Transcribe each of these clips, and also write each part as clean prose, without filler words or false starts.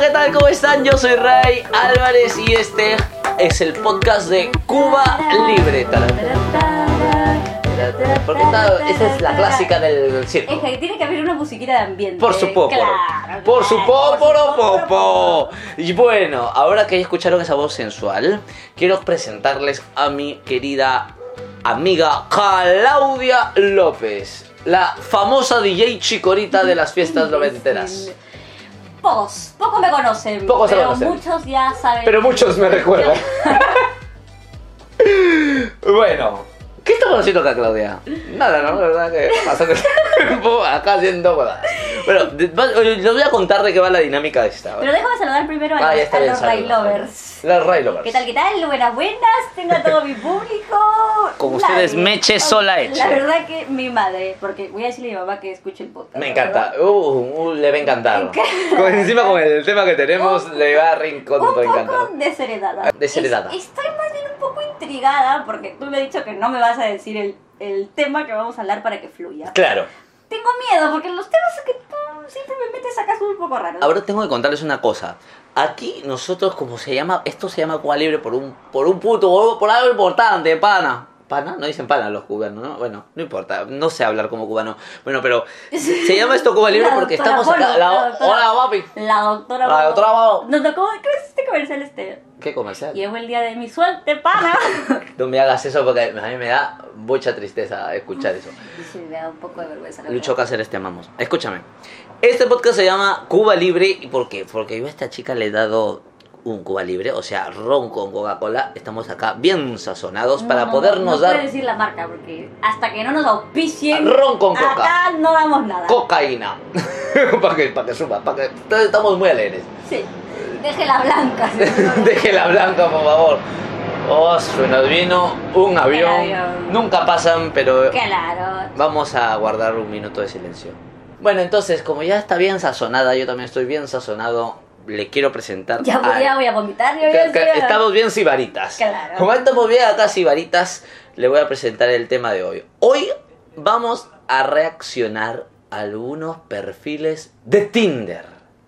¿qué tal? ¿Cómo están? Yo soy Ray Álvarez y este es el podcast de Cuba Libre. Porque esa es la clásica del circo. Es que tiene que haber una musiquita de ambiente. Por su poporo. Claro, Por su poporo. Y bueno, ahora que ya escucharon esa voz sensual, quiero presentarles a mi querida amiga Claudia López, la famosa DJ chicorita de las fiestas noventeras. Pocos me conocen, Pocos se pero conocen. muchos ya saben. Pero muchos me recuerdan. Bueno, ¿qué estamos haciendo acá, Claudia? Nada, ¿no? La verdad que pasando el tiempo acá haciendo cosas. Bueno, les voy a contar de qué va la dinámica de esta. Pero déjame saludar primero a ya está bien, los Ray saludos. Lovers. Los Ray Lovers. ¿Qué tal, qué tal? Buenas, tengo a todo mi público. Con ustedes, Nadie. Meche Sola Eche. La verdad que mi madre, porque voy a decirle a mi mamá que escuche el podcast. Me encanta, ¿verdad? le va a encantar. Me encanta. Encima con el tema que tenemos, le va a reencontrar Un encantar. poco desheredada. Desheredada. Estoy más bien un poco intrigada porque tú me has dicho que no me vas a decir el tema que vamos a hablar para que fluya. Claro. Tengo miedo porque los temas que tú siempre me metes acá son un poco raros. Ahora tengo que contarles una cosa. Aquí nosotros, como se llama, esto se llama Cuba Libre por un puto, por algo importante, pana. ¿Pana? No dicen pana los cubanos, ¿no? Bueno, no importa, no sé hablar como cubano. Bueno, pero se llama esto Cuba Libre La porque doctora estamos acá. Polo, la doctora. Hola, papi. La doctora La doctora Polo. Nos tocó, ¿qué es este comercial este? ¿Qué comercial? Llegó el día de mi suerte, pana. No me hagas eso porque a mí me da mucha tristeza escuchar eso. Sí, me da un poco de vergüenza. la Lucho verdad. Cáceres, te amamos. Escúchame. Este podcast se llama Cuba Libre. ¿Y por qué? Porque yo a esta chica le he dado un Cuba Libre, o sea, ron con Coca-Cola. Estamos acá bien sazonados para podernos no dar puedes decir la marca porque hasta que no nos auspicien ron con coca. acá no damos nada. Cocaína. para que suba, Entonces estamos muy alegres. Sí, déjela blanca. Déjela blanca, por favor. Oh, se nos vino un avión. avión. Nunca pasan, pero Claro. vamos a guardar un minuto de silencio. Bueno, entonces, como ya está bien sazonada, yo también estoy bien sazonado, le quiero presentar Ya voy a vomitar. Estamos bien sibaritas. Claro. Como estamos bien acá sibaritas, le voy a presentar el tema de hoy. Hoy vamos a reaccionar a algunos perfiles de Tinder.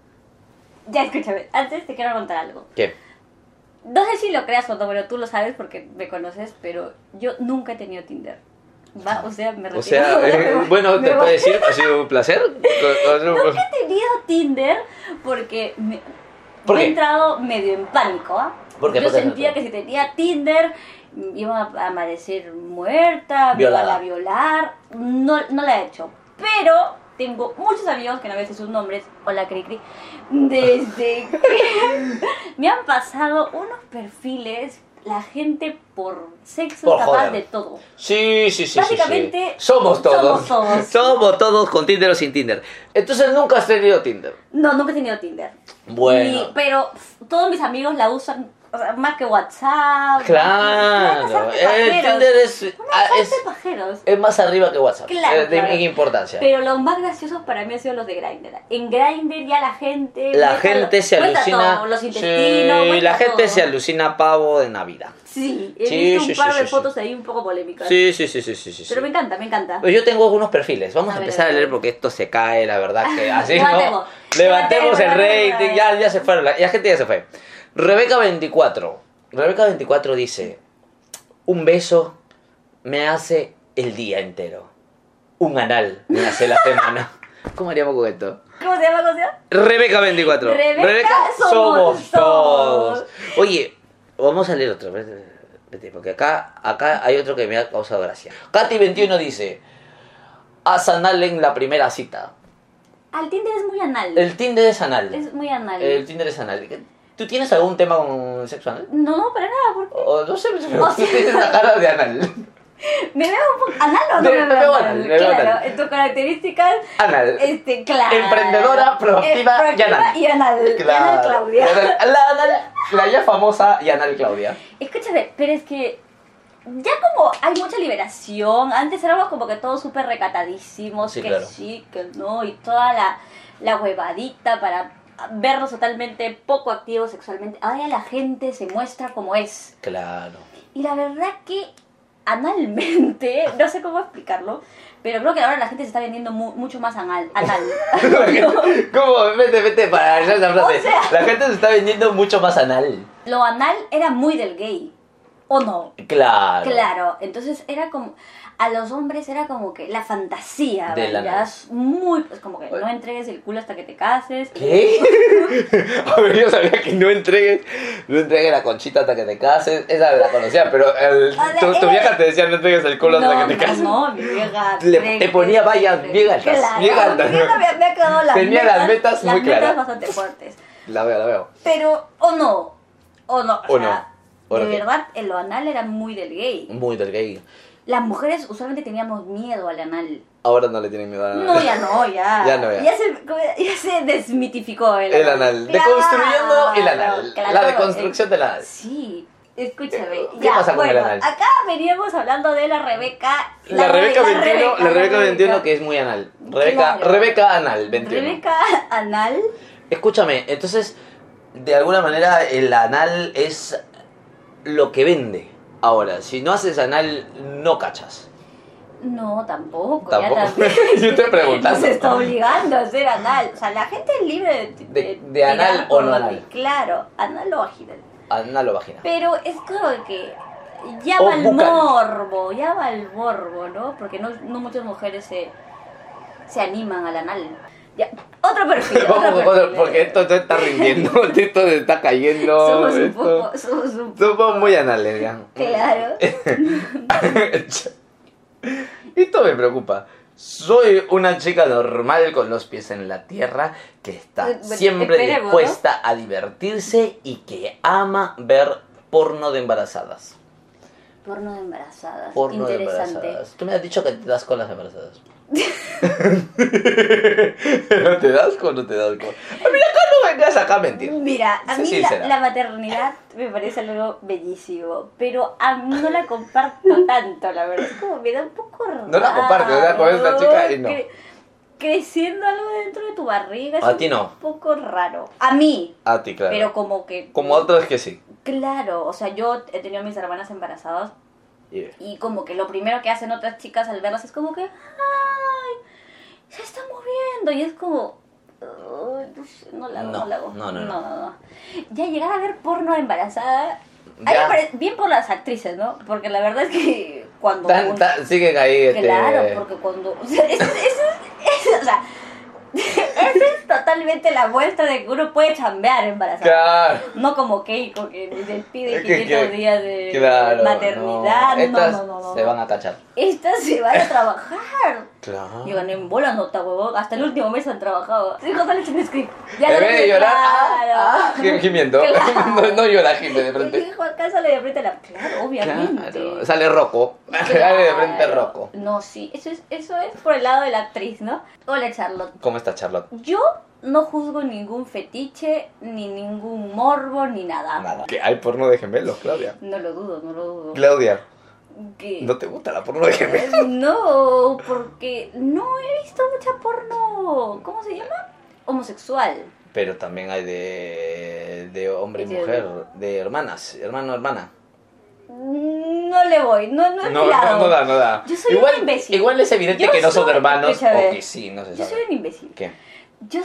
Ya escúchame, antes te quiero contar algo. ¿Qué? No sé si lo creas o no, pero tú lo sabes porque me conoces, pero yo nunca he tenido Tinder. O sea, me retiro. O sea, bueno, te puedo decir, ha sido un placer. Nunca he tenido Tinder porque ¿Por he qué? entrado medio en pánico, ¿ah? ¿Por qué? Yo ¿Por qué? sentía que si tenía Tinder iba a amanecer muerta, me iban a violar. No la he hecho. Pero tengo muchos amigos que no voy a decir sus nombres, hola Cricri, desde que me han pasado unos perfiles, la gente por sexo Por es capaz joder. de todo. Sí. Básicamente, Somos todos. somos todos. Somos todos con Tinder o sin Tinder. Entonces nunca has tenido Tinder. No, nunca he tenido Tinder. Bueno. Pero todos mis amigos la usan, o sea, más que WhatsApp. Claro. Tinder es pajeros. es más arriba que WhatsApp. Claro, En claro. importancia. Pero los más graciosos para mí han sido los de Grindr. En Grindr ya la gente... La gente se muestra alucina. todo, los intestinos, Sí, muestra la gente todo. se alucina pavo de Navidad. Sí, he Sí, visto un sí, par sí, de sí, fotos ahí un poco polémicas. Sí. Pero me encanta. Pues yo tengo algunos perfiles. Vamos a A ver, empezar a a ver. leer porque esto se cae, la verdad que así Levantemos. no. Levantemos el Levantemos. rating. Ya se fueron. La gente ya se fue. Rebeca24. Rebeca24 dice: un beso me hace el día entero. Un anal me hace la semana. ¿Cómo haríamos con esto? ¿Cómo se llama? Rebeca24. Rebeca somos todos. Oye, vamos a leer otra vez. Vete, porque acá hay otro que me ha causado gracia. Katy21 dice: haz anal en la primera cita. Al Tinder es muy anal. El Tinder es anal. Es muy anal. El Tinder es anal. ¿Tú tienes algún tema con sexo anal? No, para nada, porque O no sé, pero O sea- tú tienes una cara de anal. me veo un poco anal o no Me veo anal. anal, me veo Claro, anal. en tus características, Anal. claro. Emprendedora, proactiva y anal. Y anal. Y anal Claudia. La anal, la ya famosa y anal Claudia. Escúchame, pero es que ya como hay mucha liberación, antes éramos como que todos súper recatadísimos, Sí, que claro. sí, que no, y toda la huevadita para vernos totalmente poco activos sexualmente. Ahora ya la gente se muestra como es. Claro. Y la verdad que analmente, no sé cómo explicarlo, pero creo que ahora la gente se está vendiendo mucho más anal. ¿Cómo? Vete para allá esa frase. O sea, la gente se está vendiendo mucho más anal. Lo anal era muy del gay, ¿o no? Claro. Claro, entonces era como... A los hombres era como que la fantasía, ¿verdad? Muy... Pues como que no entregues el culo hasta que te cases. ¿Qué? A ver, yo sabía que no entregues la conchita hasta que te cases. Esa la conocía, pero tu vieja te decía no entregues el culo hasta que te cases. No, mi vieja... Te ponía vallas bien altas. Claro, bien altas. Mi vieja me ha quedado Tenía las metas muy claras. Las metas bastante fuertes. La veo. Pero, o no. O sea, de verdad, lo anal era muy del gay. Muy del gay. Las mujeres usualmente teníamos miedo al anal. Ahora no le tienen miedo al anal. No, ya no. Ya se desmitificó el anal. Claro, Deconstruyendo el anal. Claro, la deconstrucción del anal. Sí. Escúchame. ¿Qué pasa con el anal? Acá veníamos hablando de la Rebeca. La Rebeca 21 que es muy anal. Rebeca Anal 21. Rebeca Anal. Escúchame, entonces, de alguna manera el anal es lo que vende. Ahora, si no haces anal, no cachas. No, tampoco. Yo estoy preguntando. No se está obligando a hacer anal. O sea, la gente es libre de anal o no anal. Claro, anal o vaginal. Anal o vaginal. Pero es como que ya va el morbo, ¿no? Porque no muchas mujeres se animan al anal. Ya, otro perfil. Porque esto te está rindiendo, esto te está cayendo. Somos muy anales, ya. Claro. Esto me preocupa. Soy una chica normal con los pies en la tierra que está siempre dispuesta a divertirse y que ama ver porno de embarazadas. Porno de embarazadas. Porno de interesante. embarazadas. Tú me has dicho que te das con las embarazadas. ¿No te das con o no te das con? Mira, acá no vengas acá a mentir. Mira, a mí la maternidad me parece algo bellísimo, pero a mí no la comparto tanto, la verdad. Es como me da un poco raro. No la comparto, o sea, con esta chica y no. Creciendo algo dentro de tu barriga es a ti no. Un poco raro. A mí. A ti, claro. Pero como que... Como a otros que sí. Claro, o sea, yo he tenido a mis hermanas embarazadas. Yeah. Y como que lo primero que hacen otras chicas al verlas es como que... ¡Ay! Se está moviendo. Y es como... No la hago. No. Ya llegar a ver porno embarazada... A mí me parece bien por las actrices, ¿no? Porque la verdad es que cuando... siguen ahí. Claro, porque cuando... O sea, o sea, esa es totalmente la muestra de que uno puede chambear embarazada. Claro. No como Keiko, que les pide 500 días de maternidad. No. Se van a cachar. Estas se van a trabajar. Claro. Y gané en bola nota, huevón. Hasta el último mes han trabajado. Su hijo sale sin script. Ya ¿me ve llorar? Claro. Gimiendo. Claro. No llora, gime de frente. Mi hijo acá sale de frente Claro, obviamente. Claro. Sale Rocco. Claro. Sale de frente Rocco. No, sí. Eso es por el lado de la actriz, ¿no? Hola, Charlotte. ¿Cómo está Charlotte? Yo no juzgo ningún fetiche, ni ningún morbo, ni nada. Nada. ¿Que hay porno de gemelos, Claudia? No lo dudo. Claudia. ¿Qué? ¿No te gusta la porno de gemelos? No, porque no he visto mucha porno. ¿Cómo se llama? Homosexual. Pero también hay de hombre y mujer, de hermanas, hermana. No le voy, no da. Yo soy un imbécil. Igual es evidente que no son hermanos o que sí, no se sabe. Yo soy un imbécil. ¿Qué? Yo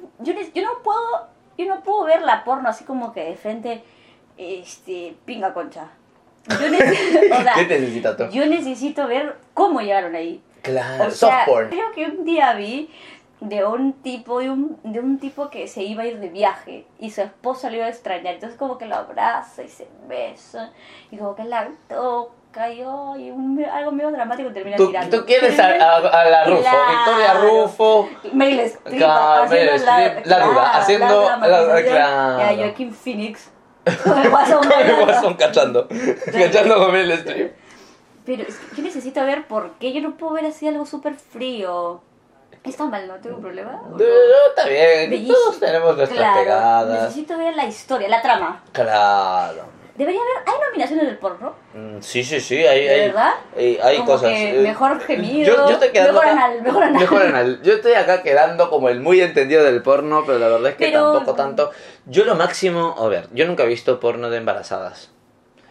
no puedo ver la porno así como que de frente, pinga concha. Yo ¿Qué necesitas tú? Yo necesito ver cómo llegaron ahí. Claro, soft porn. Creo que un día vi de un tipo que se iba a ir de viaje y su esposa lo iba a extrañar, entonces como que lo abraza y se besa y como que la toca y algo medio dramático termina tirando. ¿Tú quieres a la Rufo? Claro. Victoria Rufo, Meryl Streep haciendo la Joaquin Phoenix con el Guasón cachando con Meryl Streep. Pero es que yo necesito ver por qué yo no puedo ver así algo súper frío. Está mal, ¿no? ¿Tengo un problema? No, está bien. Bellísimo. Todos tenemos nuestras pegadas. Necesito ver la historia, la trama. Claro. Debería haber... ¿Hay nominaciones del porno? Sí. ¿De verdad? Hay como cosas. Que mejor gemido. Yo estoy quedando mejor anal. Yo estoy acá quedando como el muy entendido del porno, pero la verdad es que tampoco tanto. Yo lo máximo... A ver, yo nunca he visto porno de embarazadas.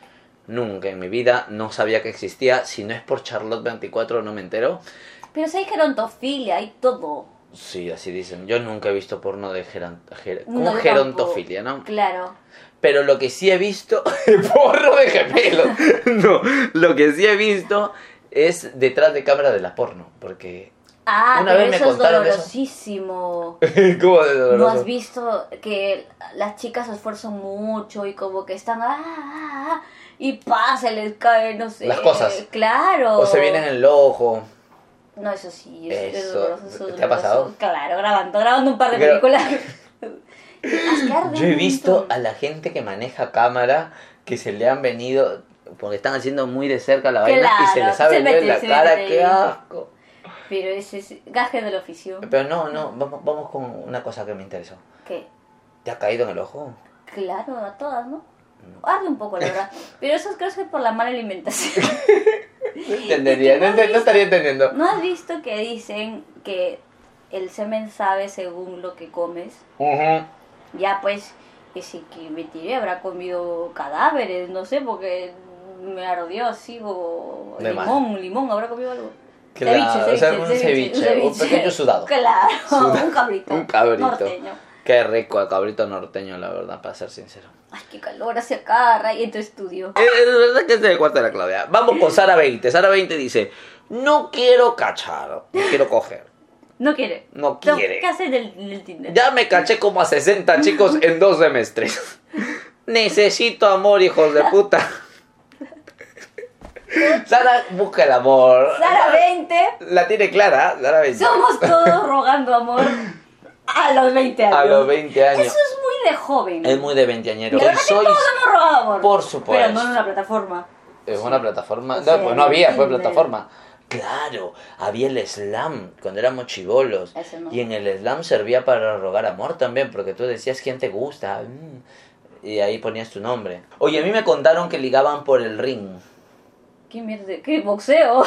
Nunca en mi vida, no sabía que existía. Si no es por Charlotte 24 no me entero. Pero si hay gerontofilia, hay todo. Sí, así dicen. Yo nunca he visto porno de No, yo gerontofilia, ¿no? Claro. Pero lo que sí he visto... porno de gemelos. No, lo que sí he visto es detrás de cámara de la porno. Porque una pero vez me eso es contaron eso. dolorosísimo. ¿Cómo de doloroso? ¿No has visto que las chicas se esfuerzan mucho y como que están... y se les cae, no sé... Las cosas. Claro. O se vienen en el ojo. No, eso sí, es Eso. doloroso, eso es ¿Te ha pasado? doloroso. Claro, grabando un par de películas. Yo he visto a la gente que maneja cámara que se le han venido, porque están haciendo muy de cerca la vaina y se les ha venido en la cara, qué asco. Pero ese es gaje del oficio. Pero no, vamos con una cosa que me interesó. ¿Qué? ¿Te ha caído en el ojo? Claro, a todas, ¿no? Arde un poco, la verdad. Pero eso creo que es por la mala alimentación. No entendería, no estaría entendiendo. ¿No has visto que dicen que el semen sabe según lo que comes? Ya pues, ese que me tiré habrá comido cadáveres, no sé, porque me ardió así, o limón, habrá comido algo. Claro, un ceviche, un pequeño sudado. Claro, un cabrito. Un cabrito. Norteño. Qué rico el cabrito norteño, la verdad, para ser sincero. Ay, qué calor hace acá, Ray, en tu estudio. Es verdad que es el cuarto de la Claudia. Vamos con Sara 20. Sara 20 dice, no quiero cachar, no quiero coger. No quiere. No quiere. ¿Qué hace del Tinder? Ya me caché como a 60 chicos en 2 semestres. Necesito amor, hijos de puta. Sara busca el amor. Sara 20. La tiene clara, Sara 20. Somos todos rogando amor a los 20 años. A los 20 años. Eso es muy de joven. Es muy de 20añero. La verdad que todos hemos rogado amor. Por supuesto. Pero no en una plataforma. Es una plataforma. O sea, No, pues no había, fue Tinder. plataforma. Claro, había el slam cuando éramos chibolos. Ese no. Y en el slam servía para rogar amor también, porque tú decías quién te gusta. Y ahí ponías tu nombre. Oye, a mí me contaron que ligaban por el ring. ¿Qué mierda? ¿Qué boxeo?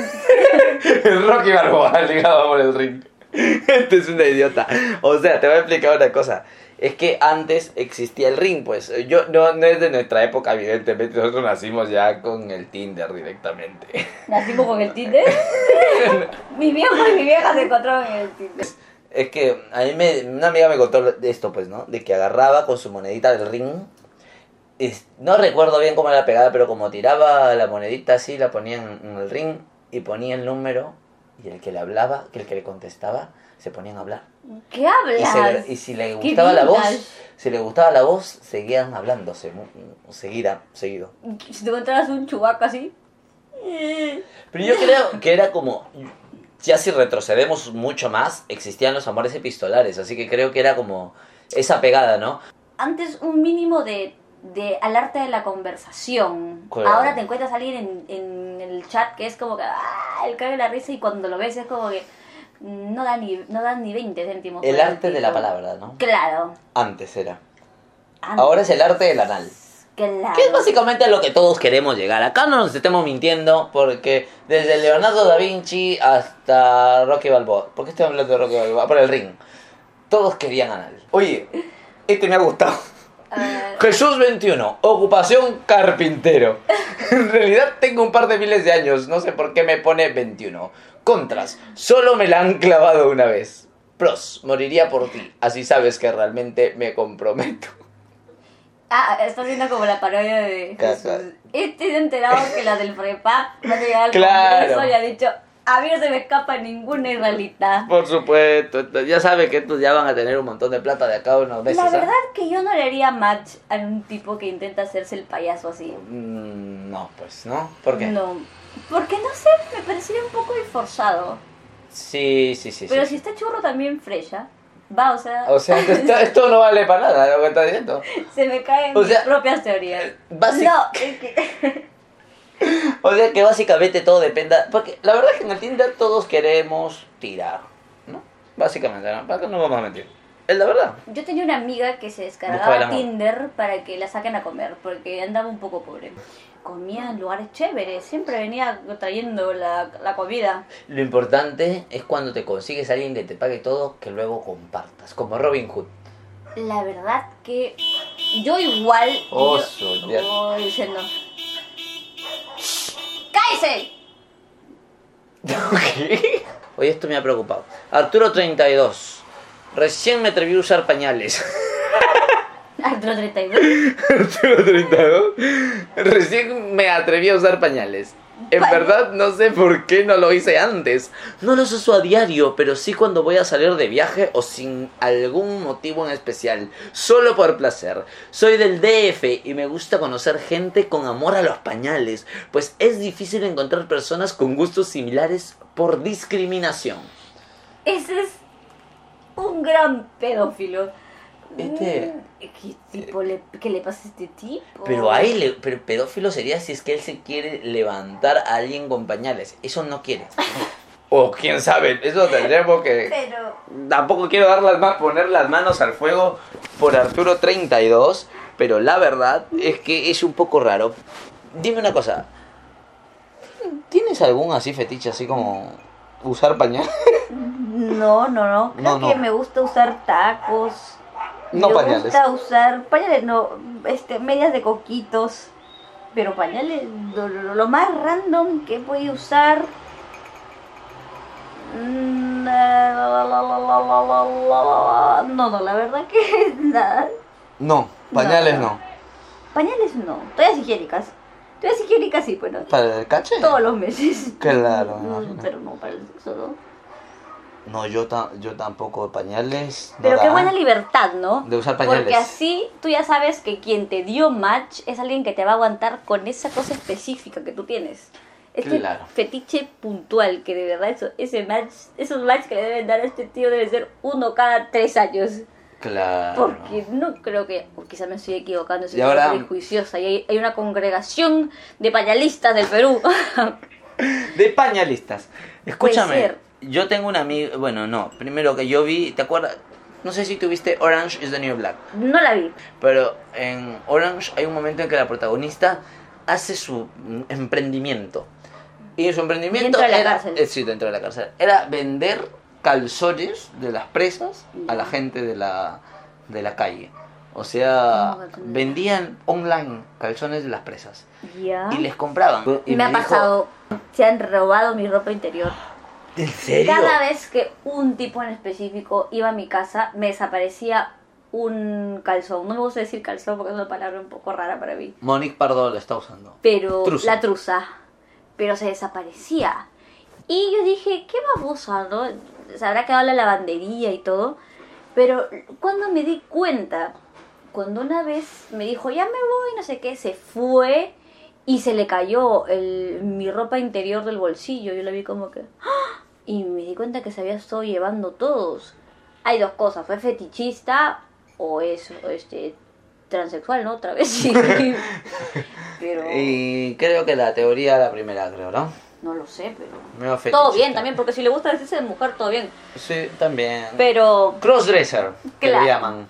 El Rocky Balboa ligaba por el ring. Este es una idiota. O sea, te voy a explicar una cosa. Es que antes existía el ring, pues. Yo no es de nuestra época, evidentemente. Nosotros nacimos ya con el Tinder directamente. ¿Nacimos con el Tinder? Mi viejo y mi vieja se encontraron en el Tinder. Es que a mí una amiga me contó esto, pues, ¿no? De que agarraba con su monedita del ring. No recuerdo bien cómo era la pegada, pero como tiraba la monedita así, la ponía en el ring y ponía el número. Y el que le hablaba, que el que le contestaba, se ponían a hablar. ¿Qué hablas? Y si le gustaba la voz, seguían hablándose, seguido. Si te encontrabas un chubaco así. Pero yo creo que era como, ya si retrocedemos mucho más, existían los amores epistolares, así que creo que era como esa pegada, ¿no? Antes un mínimo de al arte de la conversación. Claro. Ahora te encuentras a alguien en el chat que es como que el cague la risa y cuando lo ves es como que no dan ni 20 céntimos. El por arte de la tipo. palabra, ¿no? Claro. Antes era. Antes. Ahora es el arte del anal. Claro. Que es básicamente a lo que todos queremos llegar. Acá no nos estemos mintiendo, porque desde Leonardo da Vinci hasta Rocky Balboa. ¿Por qué estoy hablando de Rocky Balboa? Por el ring. Todos querían anal. Oye, este me ha gustado. Jesús 21, ocupación carpintero. En realidad tengo un par de miles de años, no sé por qué me pone 21. Contras, solo me la han clavado una vez. Pros, moriría por ti, así sabes que realmente me comprometo. Está haciendo como la parodia de Jesús. Claro. Estoy enterado que la del Prepap va a llegar al Claro. Congreso y ha dicho, a mí no se me escapa ninguna israelita. Por supuesto, ya sabe que estos ya van a tener un montón de plata de acá a unos meses. La verdad que yo no le haría match a un tipo que intenta hacerse el payaso así. No, pues, ¿no? ¿Por qué? No, porque no sé, me parecería un poco forzado. Sí. Pero si está churro también frecha, va, o sea... O sea, esto no vale para nada lo que está diciendo. Se me caen O sea, mis propias teorías. No, es que... O sea que básicamente todo depende. Porque la verdad es que en el Tinder todos queremos tirar, ¿no? Básicamente, ¿no? ¿Para qué nos vamos a mentir? Es la verdad. Yo tenía una amiga que se Buscaba el descargaba amor. Tinder para que la saquen a comer, porque andaba un poco pobre. Comía en lugares chéveres, siempre venía trayendo la comida. Lo importante es cuando te consigues a alguien que te pague todo, que luego compartas, como Robin Hood. La verdad que yo igual... Oso, ya. diciendo, sé. ¿Qué? Oye, esto me ha preocupado. Arturo 32. Recién me atreví a usar pañales. Arturo 32. Arturo 32. Recién me atreví a usar pañales. En verdad no sé por qué no lo hice antes. No los uso a diario, pero sí cuando voy a salir de viaje o sin algún motivo en especial. Solo por placer. Soy del DF y me gusta conocer gente con amor a los pañales, pues es difícil encontrar personas con gustos similares por discriminación. Ese es un gran pedófilo. ¿Qué le pasa a este tipo? Pero pero pedófilo sería si es que él se quiere levantar a alguien con pañales. Eso no quiere. O quién sabe, eso tendremos que... Pero... Tampoco quiero poner las manos al fuego por Arturo 32, pero la verdad es que es un poco raro. Dime una cosa. ¿Tienes algún así fetiche así como usar pañales? No. Creo que me gusta usar tacos. No me pañales. Me gusta usar pañales, no, medias de coquitos. Pero pañales, lo más random que voy a usar. No, la verdad que nada. No, pañales no. Pañales no. Toallas higiénicas. Toallas higiénicas sí, bueno. ¿Para el caché? Todos los meses. Claro, pero no para el sexo, ¿no? No, yo tampoco pañales. Pero qué buena libertad, ¿no? De usar pañales. Porque así tú ya sabes que quien te dio match es alguien que te va a aguantar con esa cosa específica que tú tienes. Claro. Fetiche puntual, que de verdad esos match que le deben dar a este tío debe ser uno cada 3 años. Claro. Porque no creo que... O quizá me estoy equivocando, soy ahora... prejuiciosa. Y hay una congregación de pañalistas del Perú. De pañalistas. Escúchame. Puede ser. Yo tengo una amiga... Bueno, no. Primero que yo vi... ¿Te acuerdas? No sé si tuviste Orange is the New Black. No la vi. Pero en Orange hay un momento en que la protagonista hace su emprendimiento. Y su emprendimiento dentro de la era... cárcel. Sí, dentro de la cárcel. Era vender calzones de las presas a la gente de la calle. O sea, vendían online calzones de las presas. Ya. Y les compraban. Y me ha pasado. Se han robado mi ropa interior. ¿En serio? Cada vez que un tipo en específico iba a mi casa, me desaparecía un calzón. No me gusta decir calzón porque es una palabra un poco rara para mí. Monique Pardo lo está usando. Pero Truza. la truza. Pero se desaparecía. Y yo dije, qué babosa, ¿no? Se habrá quedado la lavandería y todo. Pero cuando me di cuenta, cuando una vez me dijo, ya me voy, no sé qué, se fue y se le cayó mi ropa interior del bolsillo. Yo la vi como que... ¡ah! Y me di cuenta que se había estado llevando todos. Hay dos cosas, fue fetichista o es transexual, ¿no? Otra vez sí. Pero... Y creo que la teoría la primera, creo, ¿no? No lo sé, pero... Medio Todo fetichista. bien también, porque si le gusta decirse de mujer, todo bien. Sí, también. Pero... Crossdresser, que Claro. le llaman.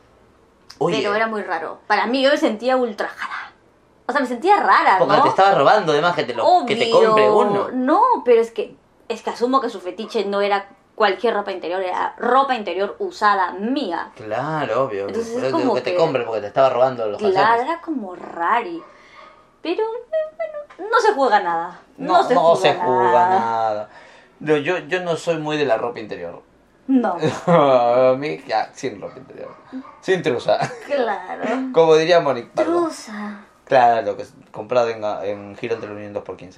Oye, Pero era muy raro. Para mí yo me sentía ultra rara. O sea, me sentía rara, porque ¿no? te estaba robando, además, que te compre uno. No, pero es que asumo que su fetiche no era cualquier ropa interior, era ropa interior usada mía. Claro, obvio. Entonces Por es eso digo como que te que- compre, porque te estaba robando los Claro, calzones. era como rari. Pero, bueno, no se juega nada. No se juega nada. No, yo no soy muy de la ropa interior. No, A mí, ya, sin ropa interior. Sin truza. claro. Como diría Monique Pardo. Truza. Claro, que es comprado en Giro entre la Unión 2x15.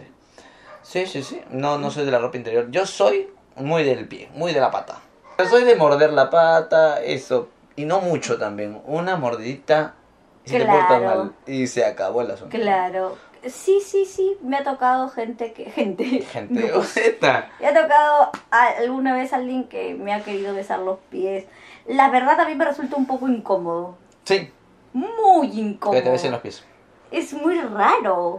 Sí. No soy de la ropa interior. Yo soy muy del pie, muy de la pata. Soy de morder la pata, eso. Y no mucho también. Una mordidita y se te porta Claro. mal. Y se acabó el asunto. Claro. Sí. Me ha tocado gente. Gente, No. esta. Me ha tocado alguna vez alguien que me ha querido besar los pies. La verdad a mí me resulta un poco incómodo. Sí, Muy incómodo. que te besen los pies. Es muy raro.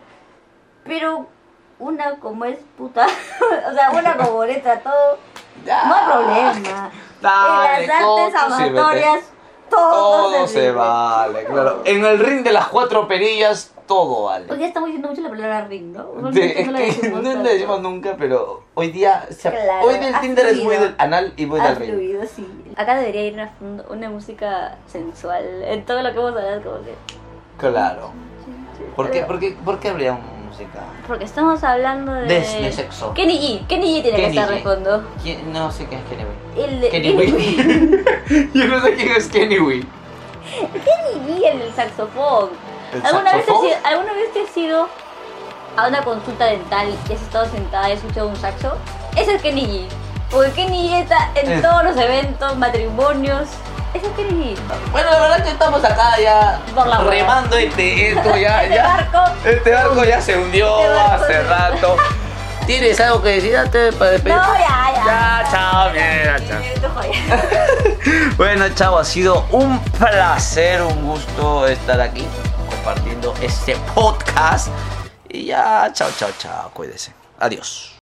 Pero una como es puta, o sea, una como le trató, Ya. no hay problema. Dale, En las artes amatorias todo se vale. vale, claro. En el ring de las 4 perillas, todo vale. Hoy día estamos diciendo mucho la palabra ring, ¿no? Sí, Usualmente es no la que decimos no tanto. la decimos nunca, pero hoy día... Claro, hoy del ha Tinder es muy fluido. del anal y muy Ha del ring. fluido, sí. Acá debería ir una música sensual. En todo lo que vamos a hablar, como que... Claro. sí, ¿Por qué, pero- por qué habría un música? Porque estamos hablando De sexo. Kenny G tiene que estar de fondo. No sé quién es Kenny Wee. El de Kenny Wee. Yo no sé quién es Kenny Wee. Kenny G, el saxofón. ¿El ¿Alguna saxofón? vez te has ido a una consulta dental y has estado sentada y has escuchado un saxo? Ese es Kenny G. Porque Kenny G está en todos los eventos, matrimonios. Ese es Kenny G. Bueno, la verdad es que estamos acá ya Por la hueá. remando esto ya. Este barco ya se hundió hace rato. ¿Tienes algo que decir antes para despedir? No, ya. Ya, chao, mira, chao. Bueno, chao, ha sido un placer, un gusto estar aquí compartiendo este podcast. Y ya, chao, cuídese. Adiós.